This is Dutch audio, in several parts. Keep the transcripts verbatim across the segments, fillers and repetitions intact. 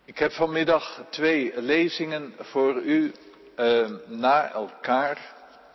Ik heb vanmiddag twee lezingen voor u uh, na elkaar.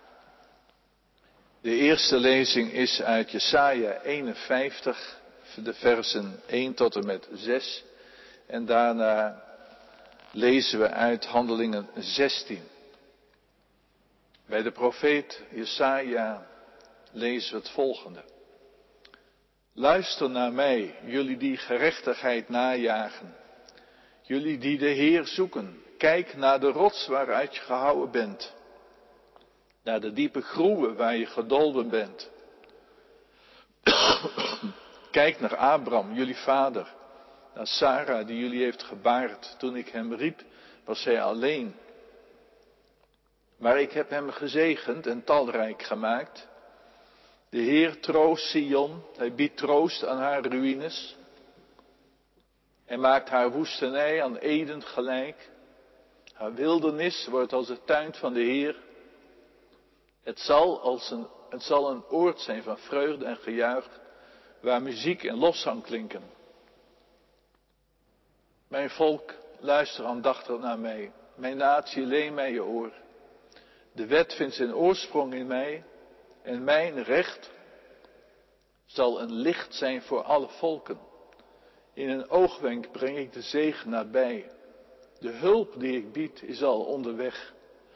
De eerste lezing is uit Jesaja eenenvijftig, de versen één tot en met zes. En daarna lezen we uit Handelingen zestien. Bij de profeet Jesaja lezen we het volgende. Luister naar mij, jullie die gerechtigheid najagen. Jullie die de Heer zoeken, kijk naar de rots waaruit je gehouwen bent. Naar de diepe groeven waar je gedolven bent. Kijk naar Abraham, jullie vader. Naar Sarah die jullie heeft gebaard. Toen ik hem riep, was hij alleen. Maar ik heb hem gezegend en talrijk gemaakt. De Heer troost Sion, hij biedt troost aan haar ruïnes. Hij maakt haar woestenij aan Eden gelijk. Haar wildernis wordt als de tuin van de Heer. Het zal, als een, het zal een oord zijn van vreugde en gejuich, waar muziek en lofzang klinken. Mijn volk, luister aandachtig naar mij. Mijn natie, leen mij je oor. De wet vindt zijn oorsprong in mij. En mijn recht zal een licht zijn voor alle volken. In een oogwenk breng ik de zegen nabij. De hulp die ik bied is al onderweg.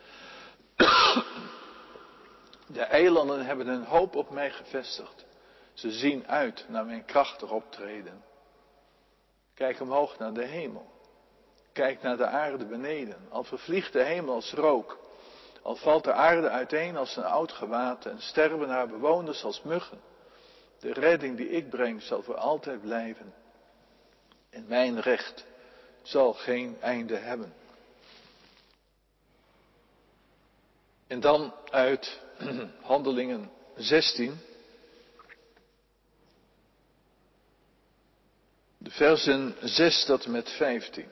De eilanden hebben hun hoop op mij gevestigd. Ze zien uit naar mijn krachtig optreden. Kijk omhoog naar de hemel. Kijk naar de aarde beneden. Al vervliegt de hemel als rook. Al valt de aarde uiteen als een oud gewaad en sterven haar bewoners als muggen. De redding die ik breng zal voor altijd blijven. En mijn recht zal geen einde hebben. En dan uit Handelingen zestien. De versen zes tot en met vijftien.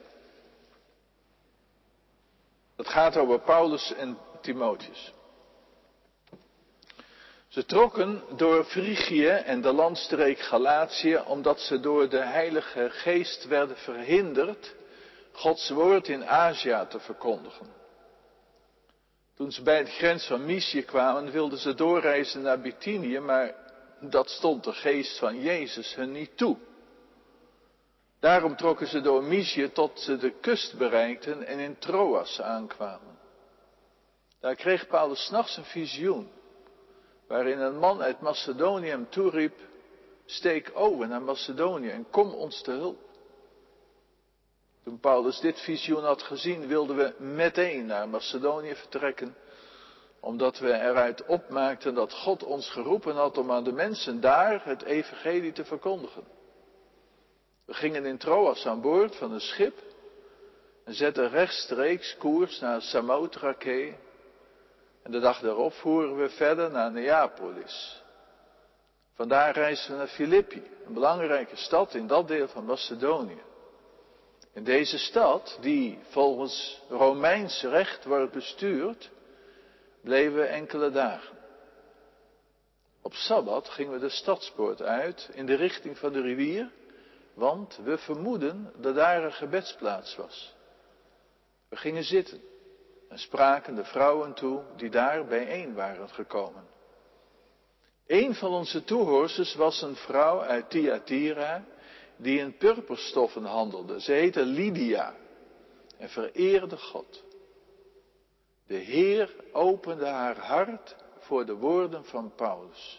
Dat gaat over Paulus en Timotheus. Ze trokken door Frigië en de landstreek Galatië, omdat ze door de Heilige Geest werden verhinderd Gods woord in Azië te verkondigen. Toen ze bij de grens van Mysië kwamen, wilden ze doorreizen naar Bithynië, maar dat stond de geest van Jezus hun niet toe. Daarom trokken ze door Mysië tot ze de kust bereikten en in Troas aankwamen. Daar kreeg Paulus 's nachts een visioen, waarin een man uit Macedonië hem toeriep, steek over naar Macedonië en kom ons te hulp. Toen Paulus dit visioen had gezien, wilden we meteen naar Macedonië vertrekken, omdat we eruit opmaakten dat God ons geroepen had om aan de mensen daar het evangelie te verkondigen. We gingen in Troas aan boord van een schip en zetten rechtstreeks koers naar Samothrake. En de dag daarop voeren we verder naar Neapolis. Vandaar reizen we naar Filippi, een belangrijke stad in dat deel van Macedonië. In deze stad, die volgens Romeins recht wordt bestuurd, bleven we enkele dagen. Op Sabbat gingen we de stadspoort uit in de richting van de rivier, want we vermoeden dat daar een gebedsplaats was. We gingen zitten en spraken de vrouwen toe die daar bijeen waren gekomen. Een van onze toehoorders was een vrouw uit Thyatira die in purperstoffen handelde. Ze heette Lydia en vereerde God. De Heer opende haar hart voor de woorden van Paulus.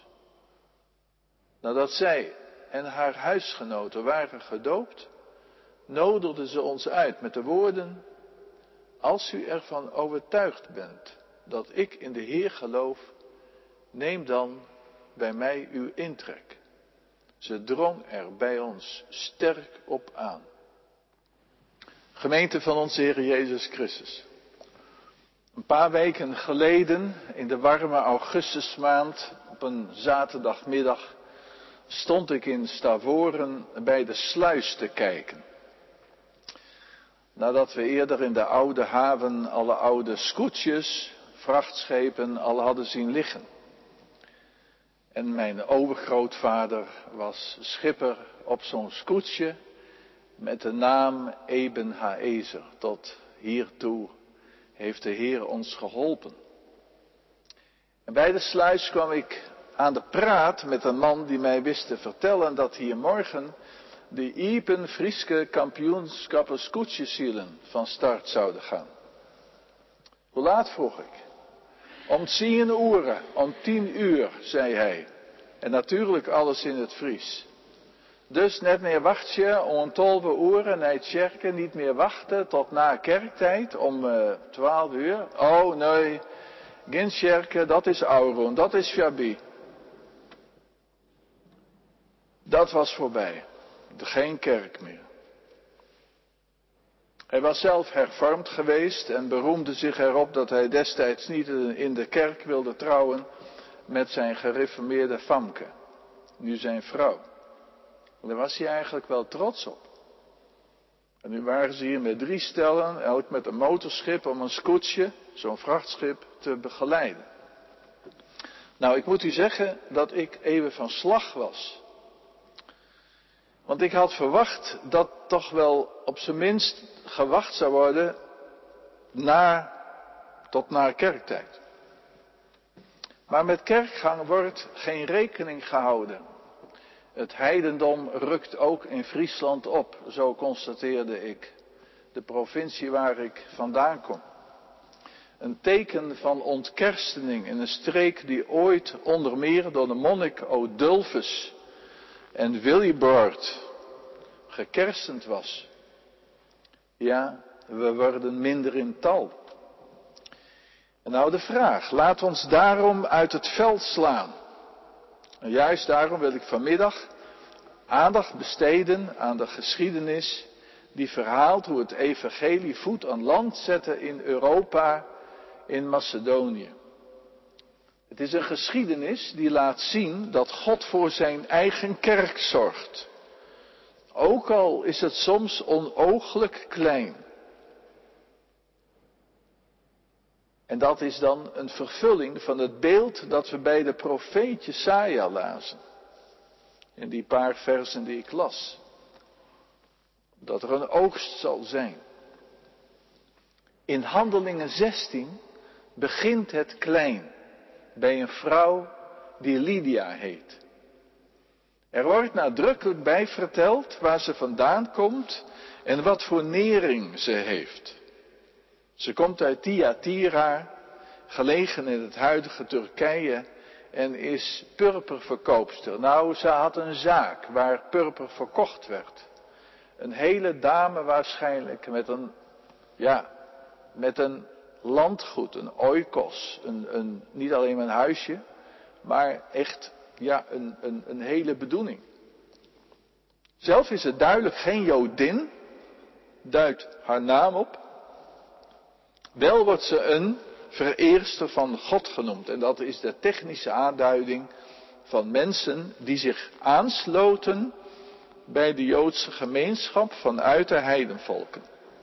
Nadat zij en haar huisgenoten waren gedoopt, nodigde ze ons uit met de woorden: als u ervan overtuigd bent dat ik in de Heer geloof, neem dan bij mij uw intrek. Ze drong er bij ons sterk op aan. Gemeente van onze Heer Jezus Christus. Een paar weken geleden, in de warme augustusmaand, op een zaterdagmiddag, stond ik in Stavoren bij de sluis te kijken. Nadat we eerder in de oude haven alle oude scootjes, vrachtschepen al hadden zien liggen. En mijn overgrootvader was schipper op zo'n scootje met de naam Eben Haezer. Tot hiertoe heeft de Heer ons geholpen. En bij de sluis kwam ik aan de praat met een man die mij wist te vertellen dat hier morgen de Iepen Frieske kampioenschappen scootjesielen van start zouden gaan. Hoe laat, vroeg ik. Om tien uur, om tien uur, zei hij. En natuurlijk alles in het Fries. Dus net meer wacht je om twaalf uur naar het kerken, niet meer wachten tot na kerktijd om uh, twaalf uur. Oh nee, geen kerken, dat is Auron, dat is Fabi. Dat was voorbij. Geen kerk meer. Hij was zelf hervormd geweest en beroemde zich erop dat hij destijds niet in de kerk wilde trouwen met zijn gereformeerde Famke, nu zijn vrouw. En daar was hij eigenlijk wel trots op. En nu waren ze hier met drie stellen, elk met een motorschip om een scootje, zo'n vrachtschip, te begeleiden. Nou, ik moet u zeggen dat ik even van slag was. Want ik had verwacht dat toch wel op zijn minst gewacht zou worden na, tot na kerktijd. Maar met kerkgang wordt geen rekening gehouden. Het heidendom rukt ook in Friesland op, zo constateerde ik, de provincie waar ik vandaan kom. Een teken van ontkerstening in een streek die ooit onder meer door de monnik Odulfus en Willibrord gekerstend was. Ja, we worden minder in tal. En nou de vraag, laat ons daarom uit het veld slaan. En juist daarom wil ik vanmiddag aandacht besteden aan de geschiedenis die verhaalt hoe het evangelie voet aan land zette in Europa, in Macedonië. Het is een geschiedenis die laat zien dat God voor zijn eigen kerk zorgt. Ook al is het soms onooglijk klein. En dat is dan een vervulling van het beeld dat we bij de profeet Jesaja lazen. In die paar versen die ik las. Dat er een oogst zal zijn. In Handelingen zestien begint het klein. Bij een vrouw die Lydia heet. Er wordt nadrukkelijk bij verteld waar ze vandaan komt en wat voor nering ze heeft. Ze komt uit Thyatira, gelegen in het huidige Turkije en is purperverkoopster. Nou, ze had een zaak waar purper verkocht werd. Een hele dame waarschijnlijk met een, ja, met een landgoed, een oikos, een, een, niet alleen een huisje, maar echt ja, een, een, een hele bedoeling. Zelf is het duidelijk geen Jodin, duidt haar naam op. Wel wordt ze een vereerster van God genoemd. En dat is de technische aanduiding van mensen die zich aansloten bij de Joodse gemeenschap vanuit de heidenvolken.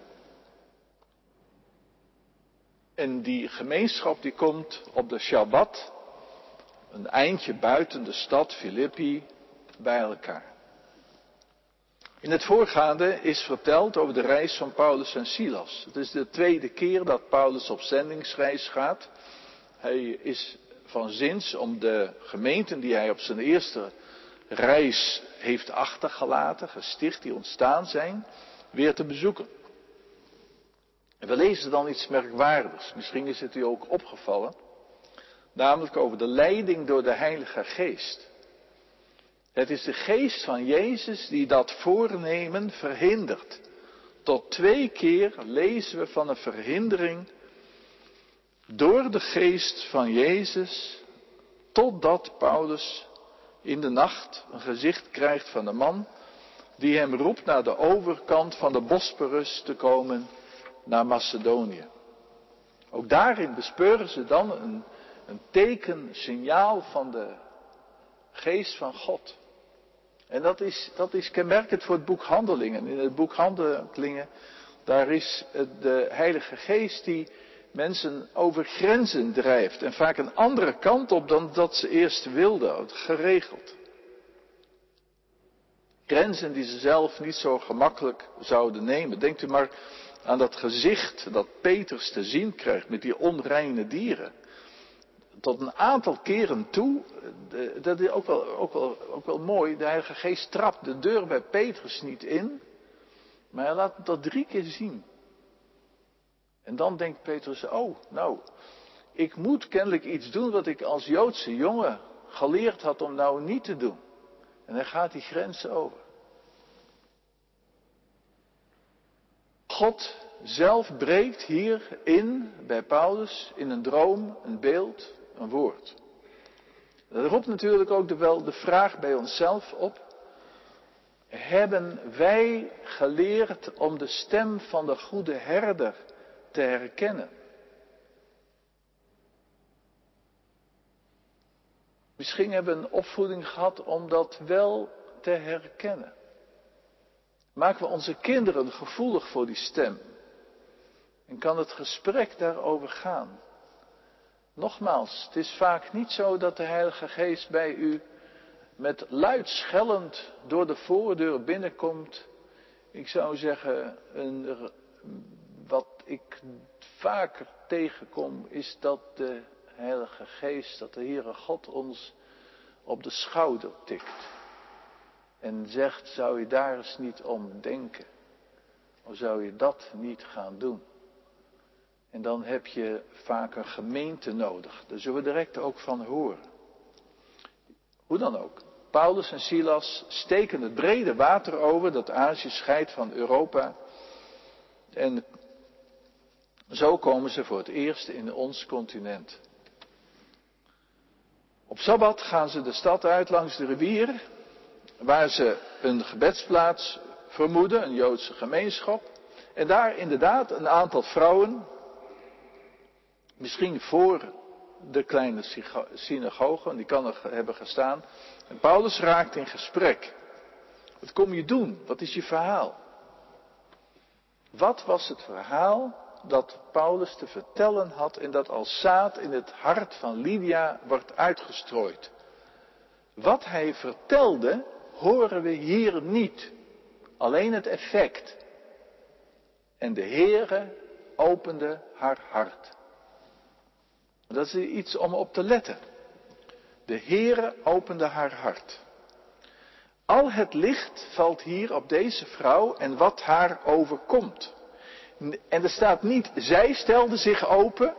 En die gemeenschap die komt op de Shabbat, een eindje buiten de stad Filippi, bij elkaar. In het voorgaande is verteld over de reis van Paulus en Silas. Het is de tweede keer dat Paulus op zendingsreis gaat. Hij is van zins om de gemeenten die hij op zijn eerste reis heeft achtergelaten, gesticht, die ontstaan zijn, weer te bezoeken. En we lezen dan iets merkwaardigs. Misschien is het u ook opgevallen. Namelijk over de leiding door de Heilige Geest. Het is de geest van Jezus die dat voornemen verhindert. Tot twee keer lezen we van een verhindering door de geest van Jezus, totdat Paulus in de nacht een gezicht krijgt van de man die hem roept naar de overkant van de Bosporus te komen naar Macedonië. Ook daarin bespeuren ze dan een, een teken, signaal van de geest van God. En dat is, dat is kenmerkend voor het boek Handelingen. In het boek Handelingen, daar is de Heilige Geest die mensen over grenzen drijft. En vaak een andere kant op dan dat ze eerst wilden, geregeld. Grenzen die ze zelf niet zo gemakkelijk zouden nemen. Denkt u maar aan dat gezicht dat Petrus te zien krijgt met die onreine dieren. Tot een aantal keren toe, dat is ook wel, ook wel, ook wel mooi, de Heilige Geest trapt de deur bij Petrus niet in, maar hij laat het dat drie keer zien. En dan denkt Petrus, oh, nou, ik moet kennelijk iets doen wat ik als Joodse jongen geleerd had om nou niet te doen. En hij gaat die grenzen over. God zelf breekt hier in, bij Paulus, in een droom, een beeld, een woord. Dat roept natuurlijk ook de, wel de vraag bij onszelf op. Hebben wij geleerd om de stem van de goede herder te herkennen? Misschien hebben we een opvoeding gehad om dat wel te herkennen. Maken we onze kinderen gevoelig voor die stem? En kan het gesprek daarover gaan? Nogmaals, het is vaak niet zo dat de Heilige Geest bij u met luid schellend door de voordeur binnenkomt. Ik zou zeggen, een, wat ik vaker tegenkom is dat de Heilige Geest, dat de Heere God ons op de schouder tikt. En zegt, zou je daar eens niet om denken? Of zou je dat niet gaan doen? En dan heb je vaak een gemeente nodig. Daar zullen we direct ook van horen. Hoe dan ook. Paulus en Silas steken het brede water over dat Azië scheidt van Europa. En zo komen ze voor het eerst in ons continent. Op Sabbat gaan ze de stad uit langs de rivier, waar ze een gebedsplaats vermoeden, een Joodse gemeenschap. En daar inderdaad een aantal vrouwen, misschien voor de kleine synagoge, die kan er hebben gestaan. En Paulus raakt in gesprek. Wat kom je doen? Wat is je verhaal? Wat was het verhaal dat Paulus te vertellen had en dat als zaad in het hart van Lydia wordt uitgestrooid? Wat hij vertelde, horen we hier niet. Alleen het effect. En de Heere opende haar hart. Dat is iets om op te letten. De Heere opende haar hart. Al het licht valt hier op deze vrouw en wat haar overkomt. En er staat niet, zij stelde zich open.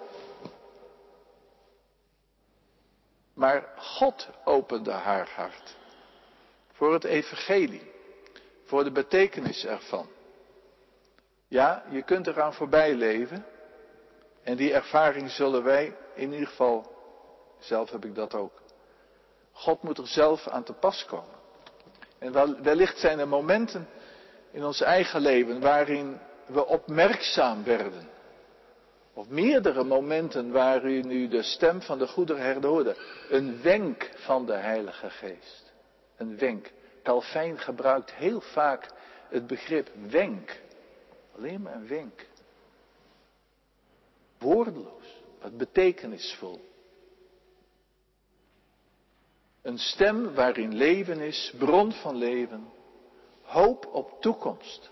Maar God opende haar hart. Voor het evangelie. Voor de betekenis ervan. Ja, je kunt eraan voorbij leven. En die ervaring zullen wij in ieder geval, zelf heb ik dat ook. God moet er zelf aan te pas komen. En wellicht zijn er momenten in ons eigen leven waarin we opmerkzaam werden. Of meerdere momenten waarin u de stem van de goede herder hoorde. Een wenk van de Heilige Geest. Een wenk. Calvijn gebruikt heel vaak het begrip wenk. Alleen maar een wenk. Woordeloos, wat betekenisvol. Een stem waarin leven is, bron van leven, hoop op toekomst.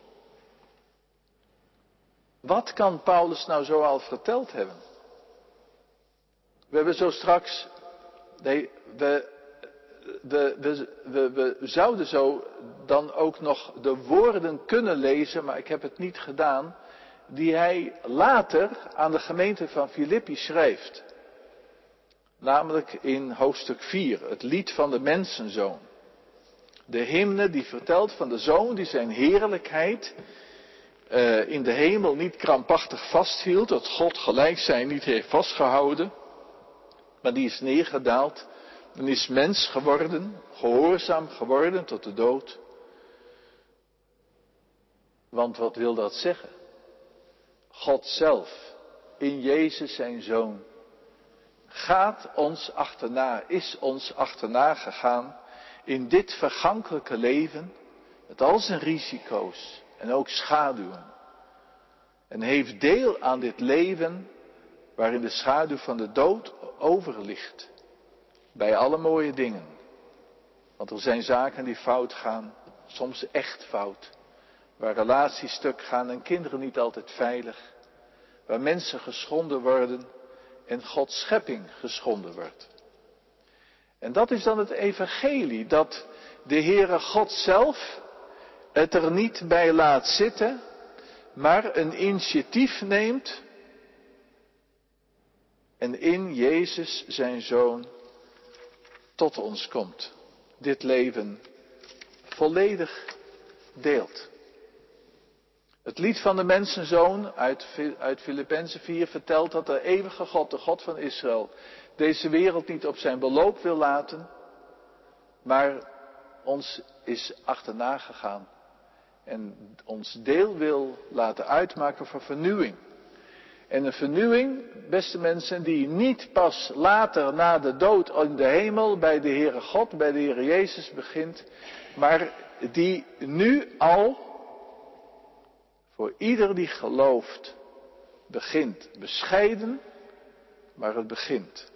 Wat kan Paulus nou zo al verteld hebben? We hebben zo straks, nee, we, we, we, we, we zouden zo dan ook nog de woorden kunnen lezen, maar ik heb het niet gedaan, die hij later aan de gemeente van Filippi schrijft. Namelijk in hoofdstuk vier, het lied van de mensenzoon. De hymne die vertelt van de zoon die zijn heerlijkheid uh, in de hemel niet krampachtig vasthield, dat God gelijk zijn niet heeft vastgehouden, maar die is neergedaald en is mens geworden, gehoorzaam geworden tot de dood. Want wat wil dat zeggen? God zelf, in Jezus zijn Zoon, gaat ons achterna, is ons achterna gegaan in dit vergankelijke leven, met al zijn risico's en ook schaduwen. En heeft deel aan dit leven waarin de schaduw van de dood over ligt. Bij alle mooie dingen. Want er zijn zaken die fout gaan, soms echt fout. Waar relaties stuk gaan en kinderen niet altijd veilig. Waar mensen geschonden worden en Gods schepping geschonden wordt. En dat is dan het evangelie, dat de Heere God zelf het er niet bij laat zitten, maar een initiatief neemt en in Jezus zijn Zoon tot ons komt. Dit leven volledig deelt. Het lied van de mensenzoon uit, uit Filippenzen vier vertelt dat de eeuwige God, de God van Israël, deze wereld niet op zijn beloop wil laten, maar ons is achterna gegaan en ons deel wil laten uitmaken voor vernieuwing. En een vernieuwing, beste mensen, die niet pas later na de dood in de hemel bij de Heere God, bij de Heere Jezus begint, maar die nu al voor ieder die gelooft begint. Bescheiden, maar het begint.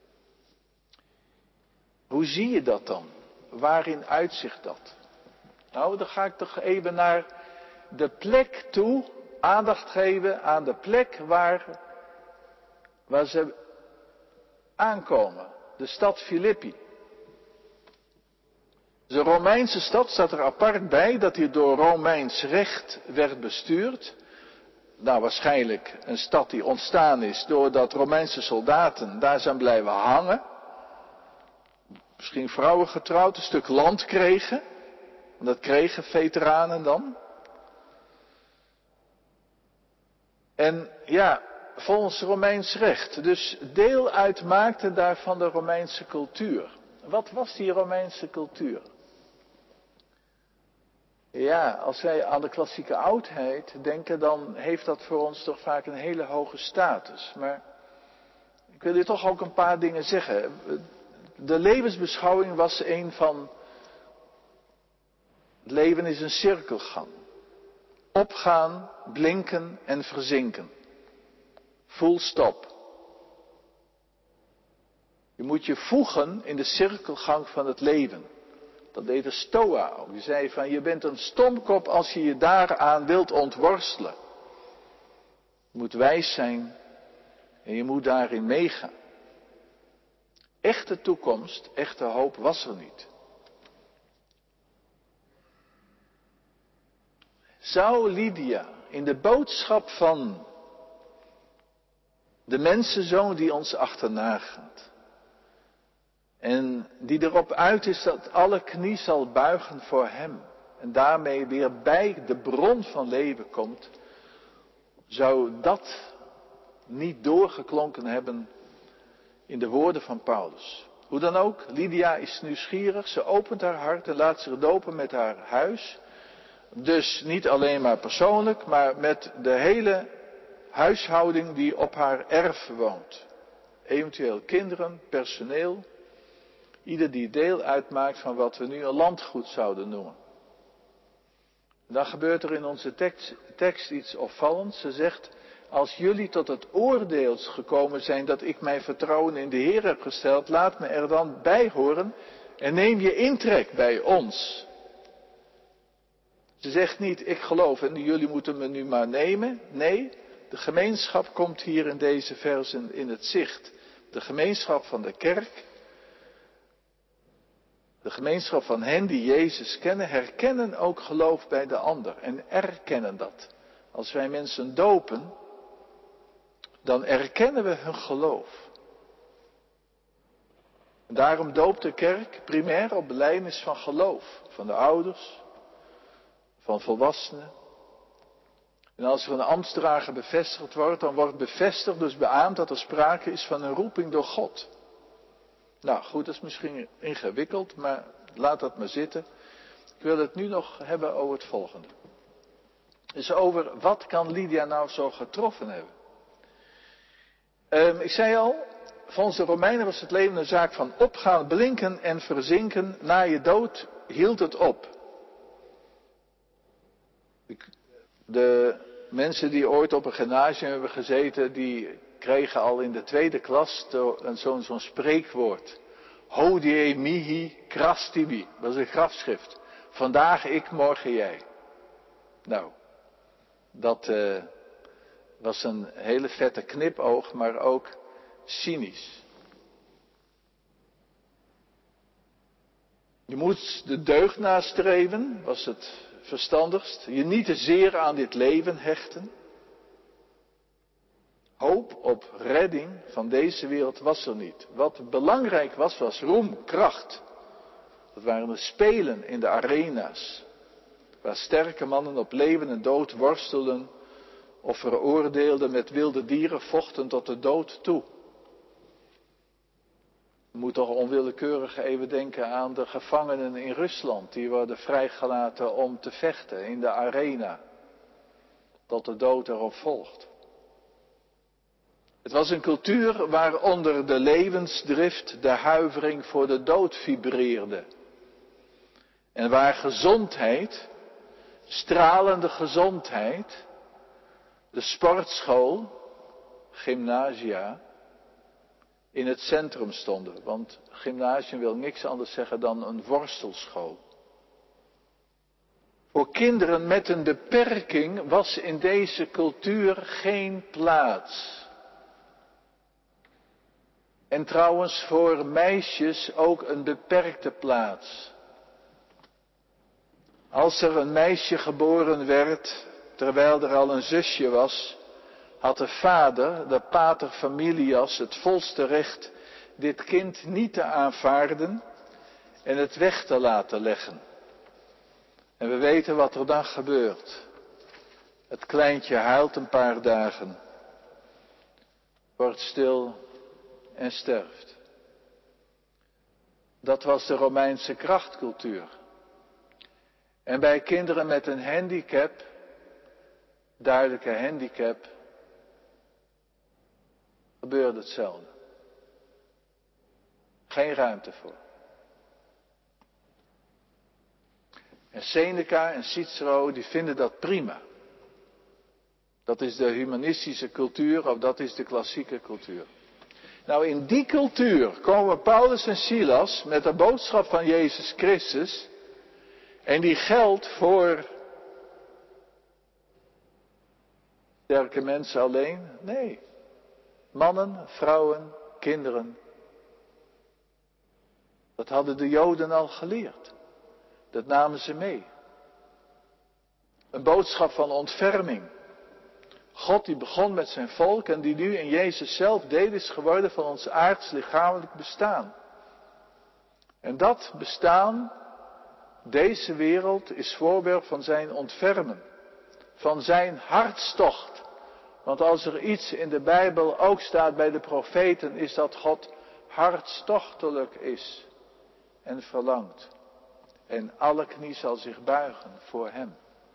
Hoe zie je dat dan? Waarin uitzicht dat? Nou, dan ga ik toch even naar de plek toe, aandacht geven aan de plek waar, waar ze aankomen. De stad Filippi. De Romeinse stad staat er apart bij dat die door Romeins recht werd bestuurd. Nou, waarschijnlijk een stad die ontstaan is doordat Romeinse soldaten daar zijn blijven hangen. Misschien vrouwen getrouwd, een stuk land kregen. En dat kregen veteranen dan. En ja, volgens Romeins recht. Dus deel uitmaakte daar van de Romeinse cultuur. Wat was die Romeinse cultuur? Ja, als wij aan de klassieke oudheid denken, dan heeft dat voor ons toch vaak een hele hoge status. Maar ik wil hier toch ook een paar dingen zeggen. De levensbeschouwing was een van, het leven is een cirkelgang. Opgaan, blinken en verzinken. Full stop. Je moet je voegen in de cirkelgang van het leven. Dat deed de Stoa ook. Die zei van, je bent een stomkop als je je daaraan wilt ontworstelen. Je moet wijs zijn en je moet daarin meegaan. Echte toekomst, echte hoop was er niet. Zou Lydia in de boodschap van de mensenzoon die ons achterna gaat, en die erop uit is dat alle knie zal buigen voor hem. En daarmee weer bij de bron van leven komt. Zou dat niet doorgeklonken hebben in de woorden van Paulus. Hoe dan ook, Lydia is nieuwsgierig. Ze opent haar hart en laat zich dopen met haar huis. Dus niet alleen maar persoonlijk, maar met de hele huishouding die op haar erf woont. Eventueel kinderen, personeel. Ieder die deel uitmaakt van wat we nu een landgoed zouden noemen. Dan gebeurt er in onze tekst, tekst iets opvallends. Ze zegt, als jullie tot het oordeel gekomen zijn dat ik mijn vertrouwen in de Heer heb gesteld, laat me er dan bij horen en neem je intrek bij ons. Ze zegt niet, ik geloof en jullie moeten me nu maar nemen. Nee, de gemeenschap komt hier in deze versen in het zicht. De gemeenschap van de kerk. De gemeenschap van hen die Jezus kennen, herkennen ook geloof bij de ander en erkennen dat. Als wij mensen dopen, dan erkennen we hun geloof. En daarom doopt de kerk primair op belijdenis van geloof, van de ouders, van volwassenen. En als er een ambtsdrager bevestigd wordt, dan wordt bevestigd, dus beaamd dat er sprake is van een roeping door God. Nou goed, dat is misschien ingewikkeld, maar laat dat maar zitten. Ik wil het nu nog hebben over het volgende. Dus over wat kan Lydia nou zo getroffen hebben. Um, ik zei al, volgens de Romeinen was het leven een zaak van opgaan, blinken en verzinken. Na je dood hield het op. De mensen die ooit op een gymnasium hebben gezeten, die kregen al in de tweede klas zo'n zo'n spreekwoord. Hodie mihi cras tibi. Dat is een grafschrift. Vandaag ik, morgen jij. Nou, dat uh, was een hele vette knipoog, maar ook cynisch. Je moet de deugd nastreven, was het verstandigst. Je niet te zeer aan dit leven hechten. Hoop op redding van deze wereld was er niet. Wat belangrijk was, was roem, kracht. Dat waren de spelen in de arena's. Waar sterke mannen op leven en dood worstelden. Of veroordeelden met wilde dieren vochten tot de dood toe. Je moet toch onwillekeurig even denken aan de gevangenen in Rusland. Die worden vrijgelaten om te vechten in de arena. Tot de dood erop volgt. Het was een cultuur waaronder de levensdrift, de huivering voor de dood vibreerde. En waar gezondheid, stralende gezondheid, de sportschool, gymnasia, in het centrum stonden. Want gymnasium wil niks anders zeggen dan een worstelschool. Voor kinderen met een beperking was in deze cultuur geen plaats. En trouwens voor meisjes ook een beperkte plaats. Als er een meisje geboren werd, terwijl er al een zusje was, had de vader, de pater familias, het volste recht dit kind niet te aanvaarden en het weg te laten leggen. En we weten wat er dan gebeurt. Het kleintje huilt een paar dagen, wordt stil en sterft. Dat was de Romeinse krachtcultuur. En bij kinderen met een handicap, duidelijke handicap, gebeurde hetzelfde. Geen ruimte voor. En Seneca en Cicero, die vinden dat prima. Dat is de humanistische cultuur, of dat is de klassieke cultuur. Nou, in die cultuur komen Paulus en Silas met de boodschap van Jezus Christus. En die geldt voor sterke mensen alleen? Nee. Mannen, vrouwen, kinderen. Dat hadden de Joden al geleerd. Dat namen ze mee. Een boodschap van ontferming. God die begon met zijn volk en die nu in Jezus zelf deel is geworden van ons aards lichamelijk bestaan. En dat bestaan, deze wereld, is voorbeeld van zijn ontfermen. Van zijn hartstocht. Want als er iets in de Bijbel ook staat bij de profeten, is dat God hartstochtelijk is en verlangt. En alle knie zal zich buigen voor hem.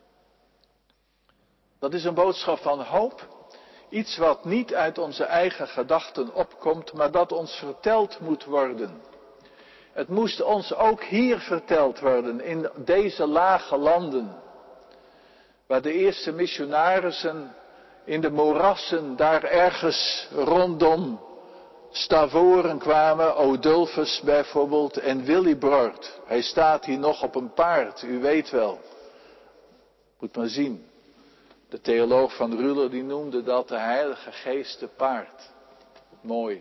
Dat is een boodschap van hoop. Iets wat niet uit onze eigen gedachten opkomt, maar dat ons verteld moet worden. Het moest ons ook hier verteld worden, in deze lage landen. Waar de eerste missionarissen in de moerassen daar ergens rondom Stavoren kwamen, Odulfus bijvoorbeeld en Willibrord. Hij staat hier nog op een paard, u weet wel. Moet maar zien. De theoloog van Ruller die noemde dat de Heilige Geest te paard. Mooi.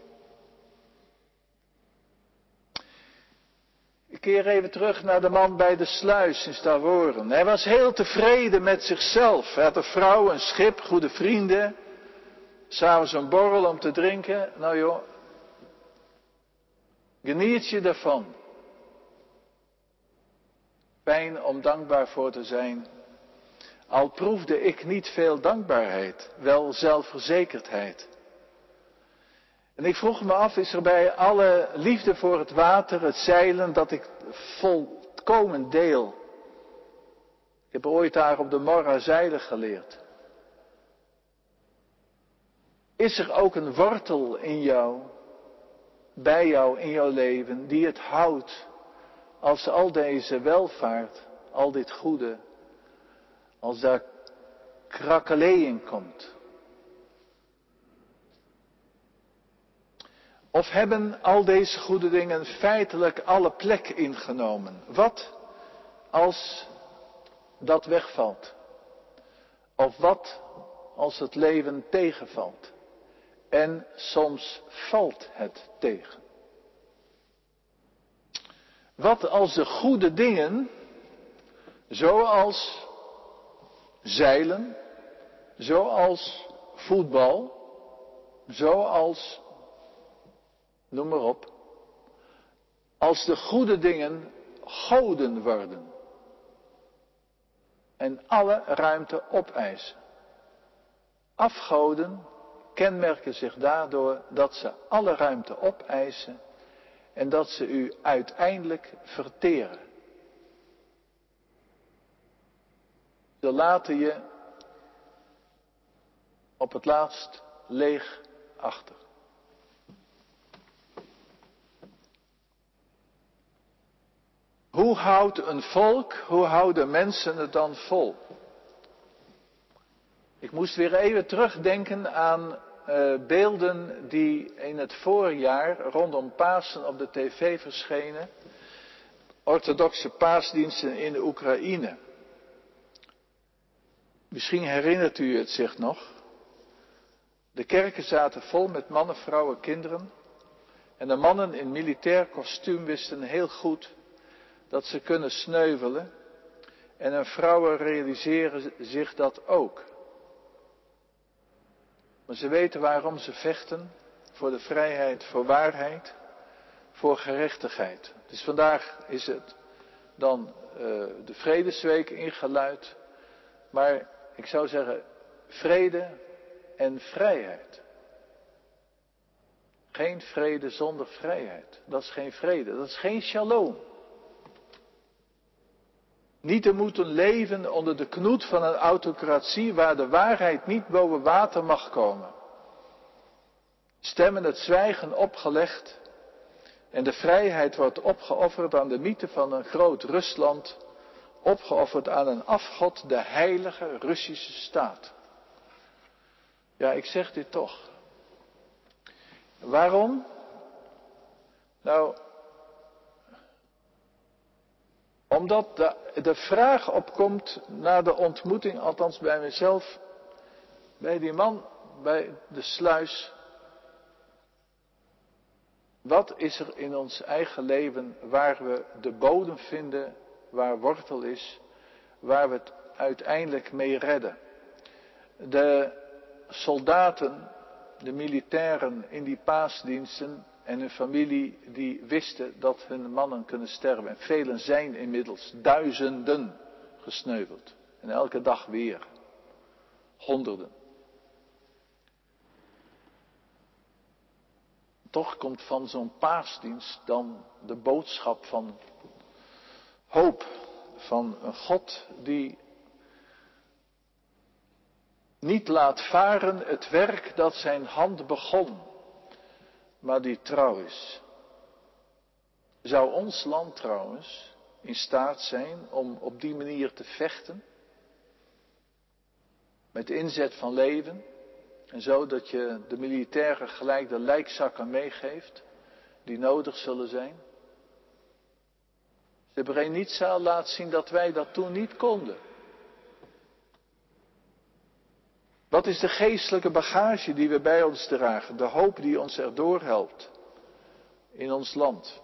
Ik keer even terug naar de man bij de sluis in Stavoren. Hij was heel tevreden met zichzelf. Hij had een vrouw, een schip, goede vrienden. 'S Avonds een borrel om te drinken. Nou joh, geniet je daarvan. Fijn om dankbaar voor te zijn. Al proefde ik niet veel dankbaarheid, wel zelfverzekerdheid. En ik vroeg me af, is er bij alle liefde voor het water, het zeilen, dat ik volkomen deel. Ik heb ooit daar op de Morra zeilen geleerd. Is er ook een wortel in jou, bij jou in jouw leven, die het houdt als al deze welvaart, al dit goede, als daar krakelee in komt? Of hebben al deze goede dingen feitelijk alle plek ingenomen? Wat als dat wegvalt? Of wat als het leven tegenvalt? En soms valt het tegen. Wat als de goede dingen, zoals zeilen, zoals voetbal, zoals, noem maar op, als de goede dingen goden worden en alle ruimte opeisen. Afgoden kenmerken zich daardoor dat ze alle ruimte opeisen en dat ze u uiteindelijk verteren. Ze laten je op het laatst leeg achter. Hoe houdt een volk, hoe houden mensen het dan vol? Ik moest weer even terugdenken aan uh, beelden die in het voorjaar rondom Pasen op de tv verschenen. Orthodoxe paasdiensten in de Oekraïne. Misschien herinnert u het zich nog. De kerken zaten vol met mannen, vrouwen, kinderen. En de mannen in militair kostuum wisten heel goed dat ze kunnen sneuvelen. En hun vrouwen realiseren zich dat ook. Maar ze weten waarom ze vechten. Voor de vrijheid, voor waarheid, voor gerechtigheid. Dus vandaag is het dan uh, de Vredesweek ingeluid. Maar ik zou zeggen, vrede en vrijheid. Geen vrede zonder vrijheid. Dat is geen vrede, dat is geen shalom. Niet te moeten leven onder de knoet van een autocratie waar de waarheid niet boven water mag komen. Stemmen het zwijgen opgelegd en de vrijheid wordt opgeofferd aan de mythe van een groot Rusland, opgeofferd aan een afgod, de heilige Russische staat. Ja, ik zeg dit toch. Waarom? Nou, omdat de, de vraag opkomt na de ontmoeting, althans bij mezelf, bij die man bij de sluis. Wat is er in ons eigen leven waar we de bodem vinden, waar wortel is, waar we het uiteindelijk mee redden? De soldaten, de militairen in die paasdiensten en hun familie die wisten dat hun mannen kunnen sterven. En velen zijn inmiddels duizenden gesneuveld. En elke dag weer. Honderden. Toch komt van zo'n paasdienst dan de boodschap van hoop. Van een God die niet laat varen het werk dat zijn hand begon, maar die trouw is. Zou ons land trouwens in staat zijn om op die manier te vechten? Met inzet van leven en zo dat je de militairen gelijk de lijkzakken meegeeft die nodig zullen zijn? Srebrenica laat zien dat wij dat toen niet konden. Wat is de geestelijke bagage die we bij ons dragen? De hoop die ons erdoor helpt in ons land.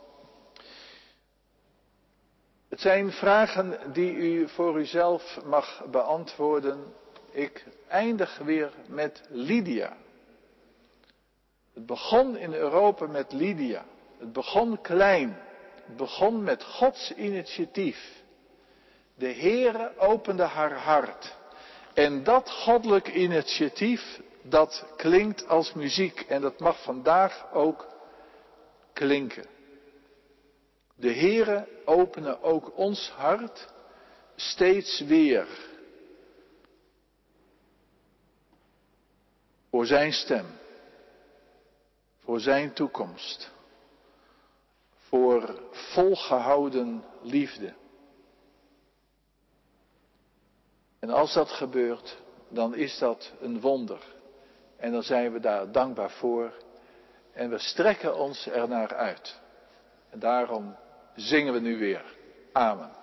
Het zijn vragen die u voor uzelf mag beantwoorden. Ik eindig weer met Lydia. Het begon in Europa met Lydia. Het begon klein. Het begon met Gods initiatief. De Heere opende haar hart. En dat goddelijk initiatief, dat klinkt als muziek. En dat mag vandaag ook klinken. De Heere opende ook ons hart steeds weer. Voor zijn stem. Voor zijn toekomst. Voor volgehouden liefde. En als dat gebeurt, dan is dat een wonder. En dan zijn we daar dankbaar voor. En we strekken ons ernaar uit. En daarom zingen we nu weer. Amen.